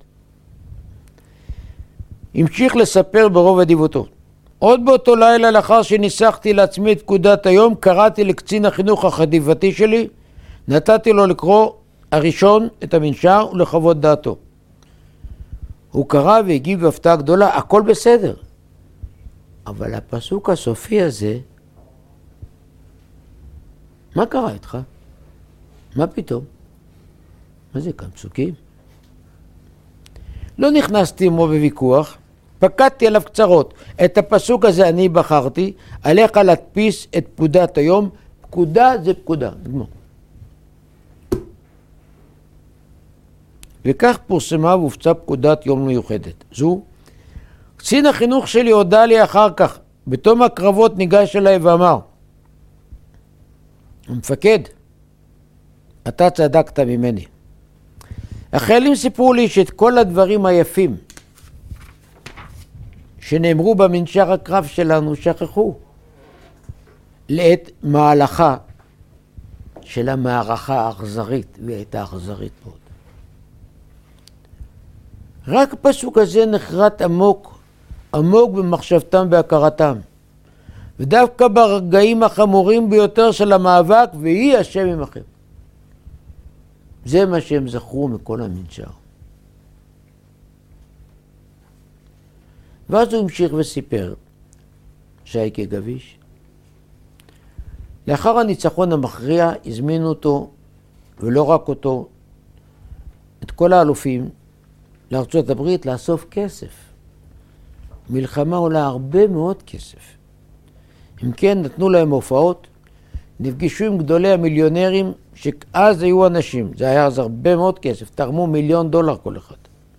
המשיך לספר ברוב אדיבותו. עוד באותו לילה לאחר שניסחתי לעצמי את פקודת היום, קראתי לקצין החינוך החטיבתי שלי, נתתי לו לקרוא הראשון את המנשר ולחוות דעתו. הוא קרא והגיב בהפתעה גדולה, הכל בסדר. אבל הפסוק הסופי הזה, מה קרה איתך? מה פתאום? מה זה כאן פסוקים? לא נכנסתי עמו בוויכוח, פקדתי עליו קצרות. את הפסוק הזה אני בחרתי, עליך להדפיס את פקודת היום. פקודה זה פקודה, נגמר. וכך פורסמה והופצה פקודת יום מיוחדת. זו, קצין החינוך שלי הודע לי אחר כך, בתום הקרבות ניגש אליי ואמר, המפקד, אתה צדקת ממני. החיילים סיפרו לי שאת כל הדברים היפים שנאמרו במנשר הקרב שלנו שכחו לעת מהלכה של המערכה האכזרית, והיא הייתה אכזרית מאוד. רק הפסוק הזה נחרט עמוק, עמוק במחשבתם והכרתם. ודווקא ברגעים החמורים ביותר של המאבק, ויהי השם עמכם. זה מה שהם זכרו מכל המנשר. ואז הוא המשיך וסיפר, שייקה גביש, לאחר הניצחון המכריע הזמינו אותו, ולא רק אותו, את כל האלופים, לארצות הברית לאסוף כסף. מלחמה עולה הרבה מאוד כסף. אם כן, נתנו להם הופעות, נפגשו עם גדולי המיליונרים שאז היו אנשים, זה היה אז הרבה מאוד כסף, תרמו מיליון דולר כל אחד.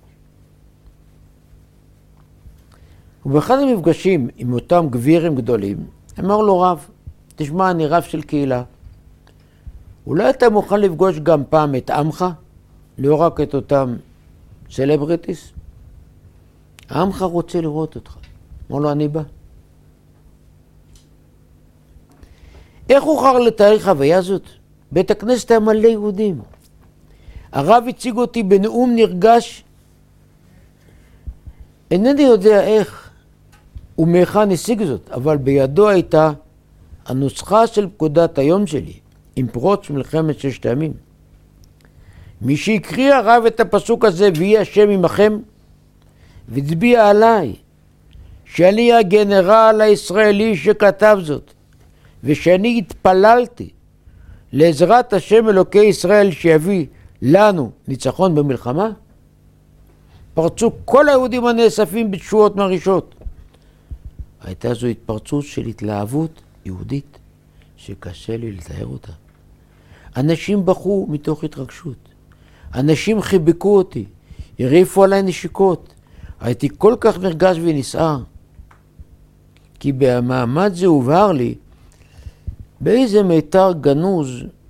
ובאחד המפגשים עם אותם גבירים גדולים, אמר לו רב, תשמע, אני רב של קהילה, אולי אתה מוכן לפגוש גם פעם את עמך, לא רק את אותם סלבריטיס? עמך רוצה לראות אותך. אמר לו, אני בא. איך אוכל לתאר חוויה זאת? בית הכנסת היה מלא יהודים. הרב הציג אותי בנאום נרגש. אינני יודע איך ומהיכן השיג זאת, אבל בידו הייתה הנוסחה של פקודת היום שלי, עם פרוץ מלחמת ששת הימים. מי שהקריא הרב את הפסוק הזה, ויהי השם עמכם, והצביע עליי, שאני הגנרל הישראלי שכתב זאת, ושאני התפללתי לעזרת השם אלוקי ישראל שיביא לנו ניצחון במלחמה, פרצו כל היהודים הנאספים בתשועות מרעישות. הייתה זו התפרצות של התלהבות יהודית שקשה לי לתאר אותה. אנשים בכו מתוך התרגשות. אנשים חיבקו אותי, הרעיפו עליי נשיקות. הייתי כל כך נרגש ונסער. כי במעמד זה הובהר לי באיזה מיתר גנוז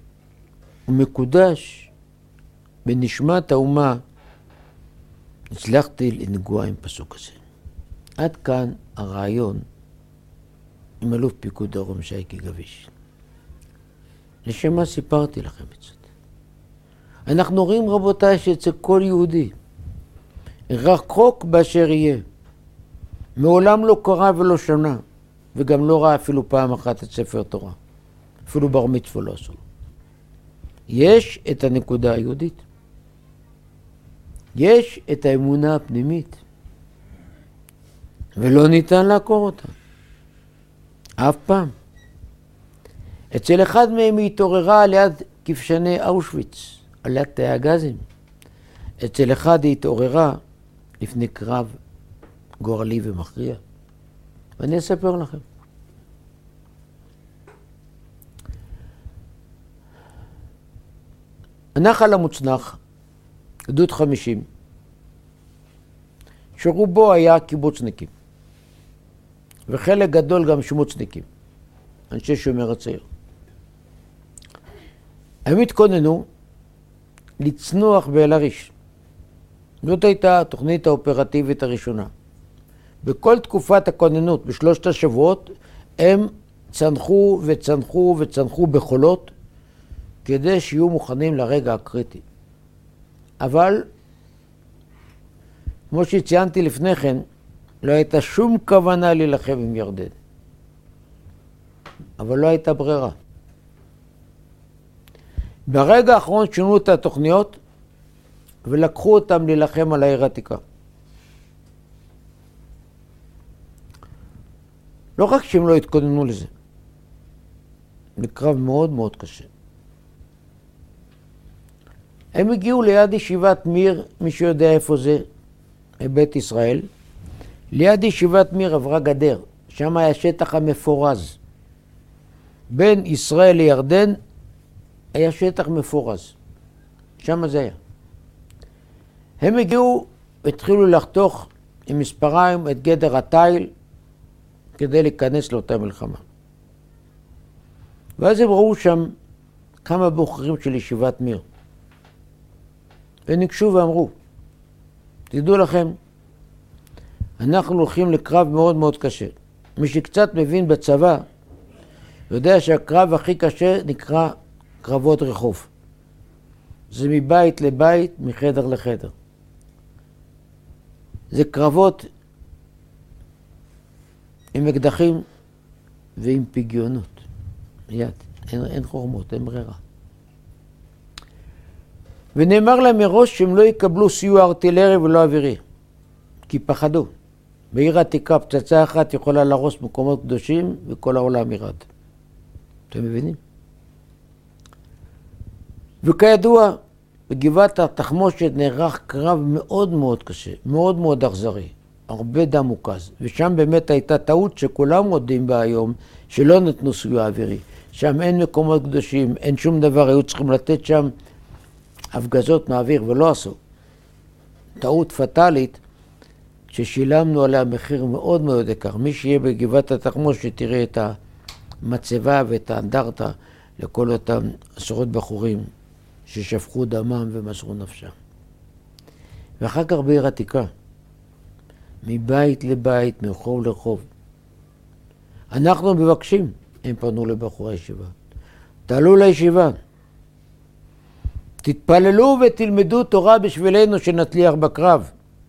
ומקודש בנשמת האומה הצלחתי לנגוע עם פסוק הזה. עד כאן הרעיון עם אלוף פיקוד דרום שייקי גביש. לשם מה סיפרתי לכם את זאת? אנחנו רואים רבותיי שאצל כל יהודי רחוק באשר יהיה, מעולם לא קרא ולא שנה, וגם לא ראה אפילו פעם אחת את ספר תורה. אפילו בר מצווה לא עשו. יש את הנקודה היהודית. יש את האמונה הפנימית. ולא ניתן לעקור אותה. אף פעם. אצל אחד מהם היא התעוררה על יד כבשני אושוויץ, על יד תאי הגזים. אצל אחד היא התעוררה לפני קרב גורלי ומכריע. ואני אספר לכם. הנחל המוצנח, גדוד חמישים, שרובו היה קיבוצניקים, וחלק גדול גם שמוצניקים, אנשי שומר הצעיר. הם התכוננו לצנוח באל-עריש. זאת הייתה התוכנית האופרטיבית הראשונה. בכל תקופת הכוננות, בשלושת השבועות, הם צנחו וצנחו וצנחו בחולות, כדי שיהיו מוכנים לרגע הקריטי. אבל, כמו שציינתי לפני כן, לא הייתה שום כוונה להילחם עם ירדן. אבל לא הייתה ברירה. ברגע האחרון שינו את התוכניות, ולקחו אותם להילחם על העיר העתיקה. לא רק שהם לא התכוננו לזה. זה קרב מאוד מאוד קשה. הם הגיעו ליד ישיבת מיר, מי שיודע איפה זה, בית ישראל. ליד ישיבת מיר עברה גדר, שם היה שטח המפורז. בין ישראל לירדן היה שטח מפורז. שם זה היה. הם הגיעו והתחילו לחתוך עם מספריים את גדר התיל כדי להיכנס לאותה מלחמה. ואז הם ראו שם כמה בוחרים של ישיבת מיר. וניגשו ואמרו, תדעו לכם, אנחנו הולכים לקרב מאוד מאוד קשה. מי שקצת מבין בצבא, יודע שהקרב הכי קשה נקרא קרבות רחוב. זה מבית לבית, מחדר לחדר. זה קרבות עם אקדחים ועם פגיונות. מיד, אין, אין חורמות, אין ברירה. ונאמר להם מראש שהם לא יקבלו סיוע ארטילרי ולא אווירי, כי פחדו. בעיר העתיקה פצצה אחת יכולה להרוס מקומות קדושים וכל העולם ירד. אתם מבינים? וכידוע, בגבעת התחמושת נערך קרב מאוד מאוד קשה, מאוד מאוד אכזרי, הרבה דם מוקז, ושם באמת הייתה טעות שכולם מודים בה היום, שלא נתנו סיוע אווירי. שם אין מקומות קדושים, אין שום דבר, היו צריכים לתת שם הפגזות מהאוויר ולא עשו. טעות פטאלית ששילמנו עליה מחיר מאוד מאוד יקר. מי שיהיה בגבעת התחמושת תראה את המצבה ואת האנדרטה לכל אותם עשרות בחורים ששפכו דמם ומסרו נפשם. ואחר כך בעיר עתיקה, מבית לבית, מרחוב לרחוב. אנחנו מבקשים, הם פנו לבחורי הישיבה, תעלו לישיבה, תתפללו ותלמדו תורה בשבילנו שנצליח בקרב.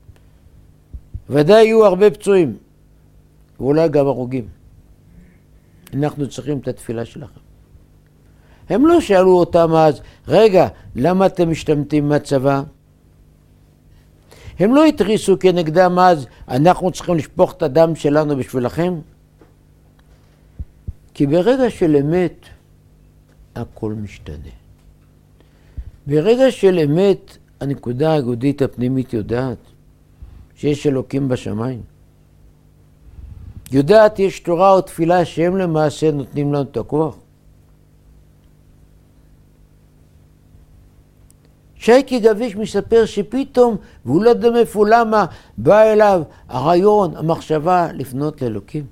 ודאי יהיו הרבה פצועים, ואולי גם הרוגים. אנחנו צריכים את התפילה שלכם. הם לא שאלו אותם אז, רגע, למה אתם משתמטים מהצבא? הם לא התריסו כנגדם אז, אנחנו צריכים לשפוך את הדם שלנו בשבילכם? כי ברגע של אמת, הכל משתנה. ברגע של אמת, הנקודה היהודית הפנימית יודעת שיש אלוקים בשמיים. יודעת יש תורה או תפילה שהם למעשה נותנים לנו את הכוח. שייקי גביש מספר שפתאום, והוא לא יודע מאיפה למה, בא אליו הרעיון, המחשבה לפנות לאלוקים.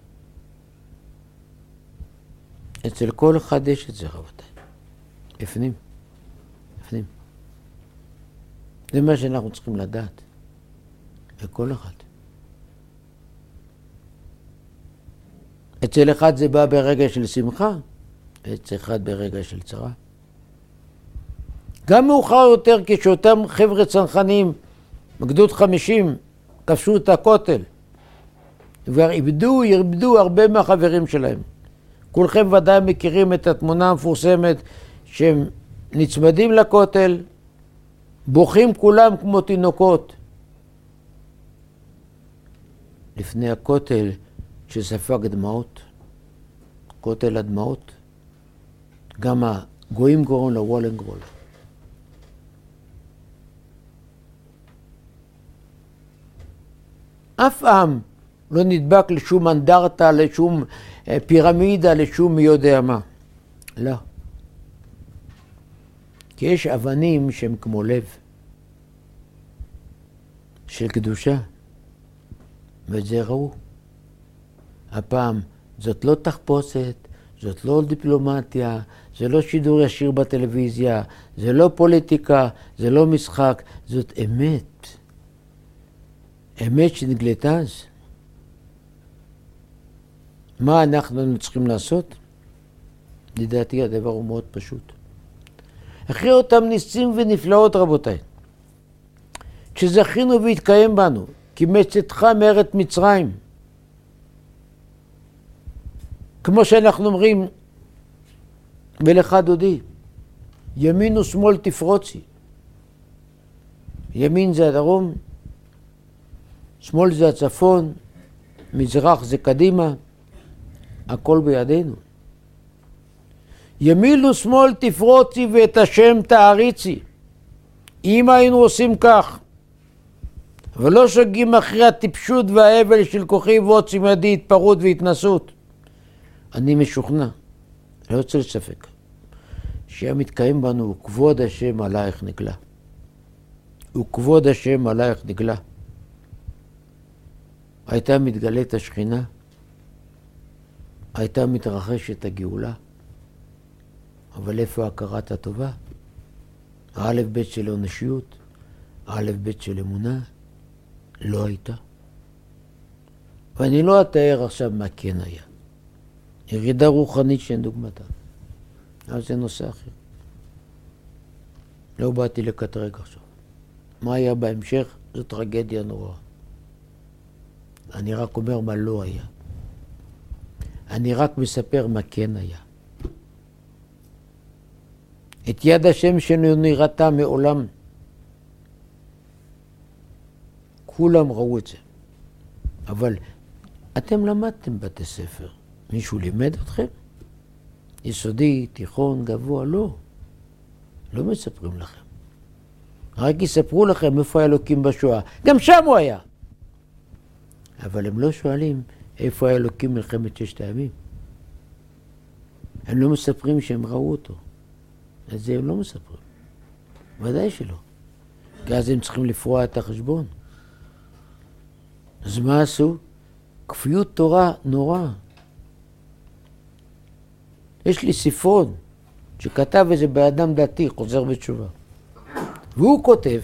אצל כל אחד יש את זה, רבותיי. בפנים. בפנים. זה מה שאנחנו צריכים לדעת. לכל אחד. אצל אחד זה בא ברגע של שמחה, אצל אחד ברגע של צרה. גם מאוחר יותר כשאותם חבר'ה צנחנים, בגדוד חמישים, כבשו את הכותל, כבר איבדו, איבדו הרבה מהחברים שלהם. כולכם ודאי מכירים את התמונה המפורסמת שהם נצמדים לכותל, בוכים כולם כמו תינוקות. לפני הכותל שספג דמעות, כותל הדמעות, גם הגויים קוראים לו וולנגרול. אף עם לא נדבק לשום אנדרטה, לשום פירמידה, לשום מי יודע מה. לא. כי יש אבנים שהם כמו לב, של קדושה. ואת זה ראו. הפעם זאת לא תחפושת, זאת לא דיפלומטיה, זה לא שידור ישיר בטלוויזיה, זה לא פוליטיקה, זה לא משחק, זאת אמת. אמת שנגלתה אז. מה אנחנו צריכים לעשות? לדעתי הדבר הוא מאוד פשוט. אחרי אותם ניסים ונפלאות, רבותיי, שזכינו והתקיים בנו, כי מצאתך מארץ מצרים. כמו שאנחנו אומרים, ולך דודי, ימין ושמאל תפרוצי. ימין זה הדרום, שמאל זה הצפון, מזרח זה קדימה, הכל בידינו. ימין ושמאל תפרוצי ואת השם תעריצי. אם היינו עושים כך, ולא שוגים אחרי הטיפשות והאבל של כוחי ועוצם ידי, התפרעות והתנסות, אני משוכנע, לא יוצא לספק, שהמתקיים בנו וכבוד השם עלייך נגלה. וכבוד השם עלייך נגלה. הייתה מתגלית השכינה, הייתה מתרחשת הגאולה, אבל איפה הכרת הטובה? האלף בית של אנושיות, האלף בית של אמונה, לא הייתה. ואני לא אתאר עכשיו מה כן היה. ירידה רוחנית שאין דוגמתה. אז זה נושא אחר. לא באתי לקטרג עכשיו. מה היה בהמשך? זו טרגדיה נוראה. אני רק אומר מה לא היה. אני רק מספר מה כן היה. את יד השם שלנו נראתה מעולם. כולם ראו את זה. אבל אתם למדתם בתי ספר. מישהו לימד אתכם? יסודי, תיכון, גבוה, לא. לא מספרים לכם. רק יספרו לכם איפה האלוקים בשואה. גם שם הוא היה. אבל הם לא שואלים איפה האלוקים מלחמת ששת הימים. הם לא מספרים שהם ראו אותו. את זה הם לא מספרים. ודאי שלא. כי אז הם צריכים לפרוע את החשבון. אז מה עשו? כפיות תורה נורא. יש לי ספרון שכתב איזה באדם דתי, חוזר בתשובה. והוא כותב,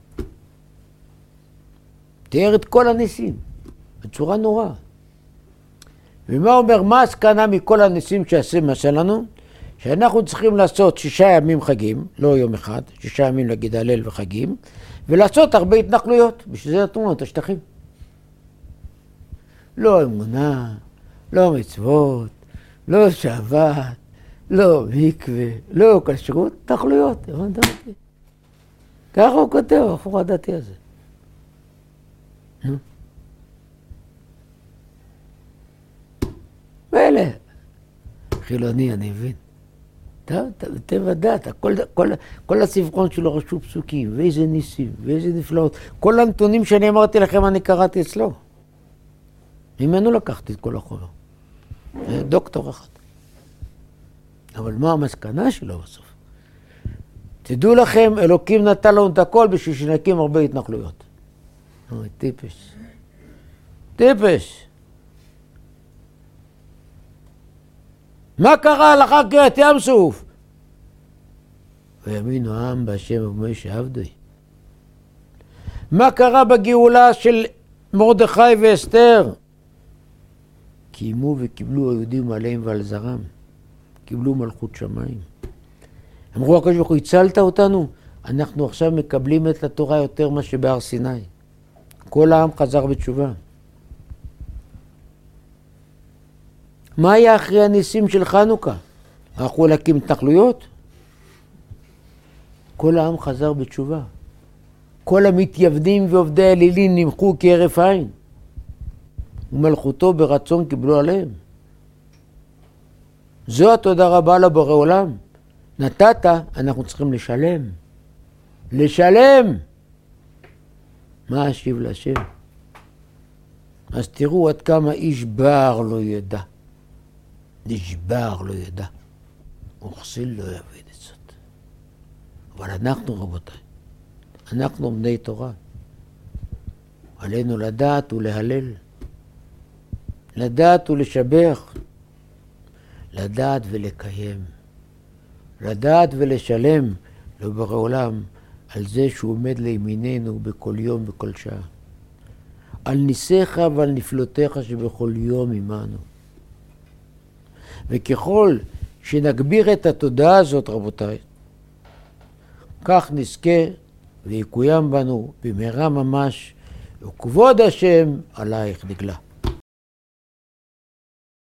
תיאר את כל הניסים, בצורה נוראה. ומה אומר, מה הסכנה מכל הניסים שעשה מעשה לנו? שאנחנו צריכים לעשות שישה ימים חגים, לא יום אחד, שישה ימים להגיד הלל וחגים, ולעשות הרבה התנחלויות, בשביל זה נתנו לנו את השטחים. לא אמונה, לא מצוות, לא שבת, לא מקווה, לא כשרות, התנחלויות, הבנת אותי? ככה הוא כותב, החור הדתי הזה. נו. ואלה, חילוני, אני מבין. טבע דת, כל, כל, כל הספרון שלו רשו פסוקים, ואיזה ניסים, ואיזה נפלאות. כל הנתונים שאני אמרתי לכם, אני קראתי אצלו. ממנו לקחתי את כל החומר. דוקטור אחד. אבל מה המסקנה שלו בסוף? תדעו לכם, אלוקים נתן לנו את הכל בשביל שנקים הרבה התנחלויות. אוי, טיפש. טיפש. מה קרה לאחר קריעת ים סוף? ויאמינו העם בהשם ובמשה עבדי. מה קרה בגאולה של מרדכי ואסתר? קיימו וקיבלו היהודים עליהם ועל זרם. קיבלו מלכות שמיים. אמרו הקדוש ברוך הוא, הצלת אותנו? אנחנו עכשיו מקבלים את התורה יותר מה שבהר סיני. כל העם חזר בתשובה. מה היה אחרי הניסים של חנוכה? הלכו להקים התנחלויות? כל העם חזר בתשובה. כל המתייוונים ועובדי האלילים נמחו כהרף עין. ומלכותו ברצון קיבלו עליהם. זו התודה רבה לבורא עולם. נתת, אנחנו צריכים לשלם. לשלם! מה אשיב להשם? אז תראו עד כמה איש בר לא ידע. נשבר לא ידע. וכסיל לא יבין את זאת. אבל אנחנו, רבותיי, אנחנו בני תורה. עלינו לדעת ולהלל. לדעת ולשבח. לדעת ולקיים. לדעת ולשלם לבורא עולם על זה שהוא עומד לימיננו בכל יום ובכל שעה. על ניסיך ועל נפלותיך שבכל יום עמנו. וככל שנגביר את התודעה הזאת, רבותיי, כך נזכה ויקוים בנו במהרה ממש, וכבוד השם עלייך נגלה.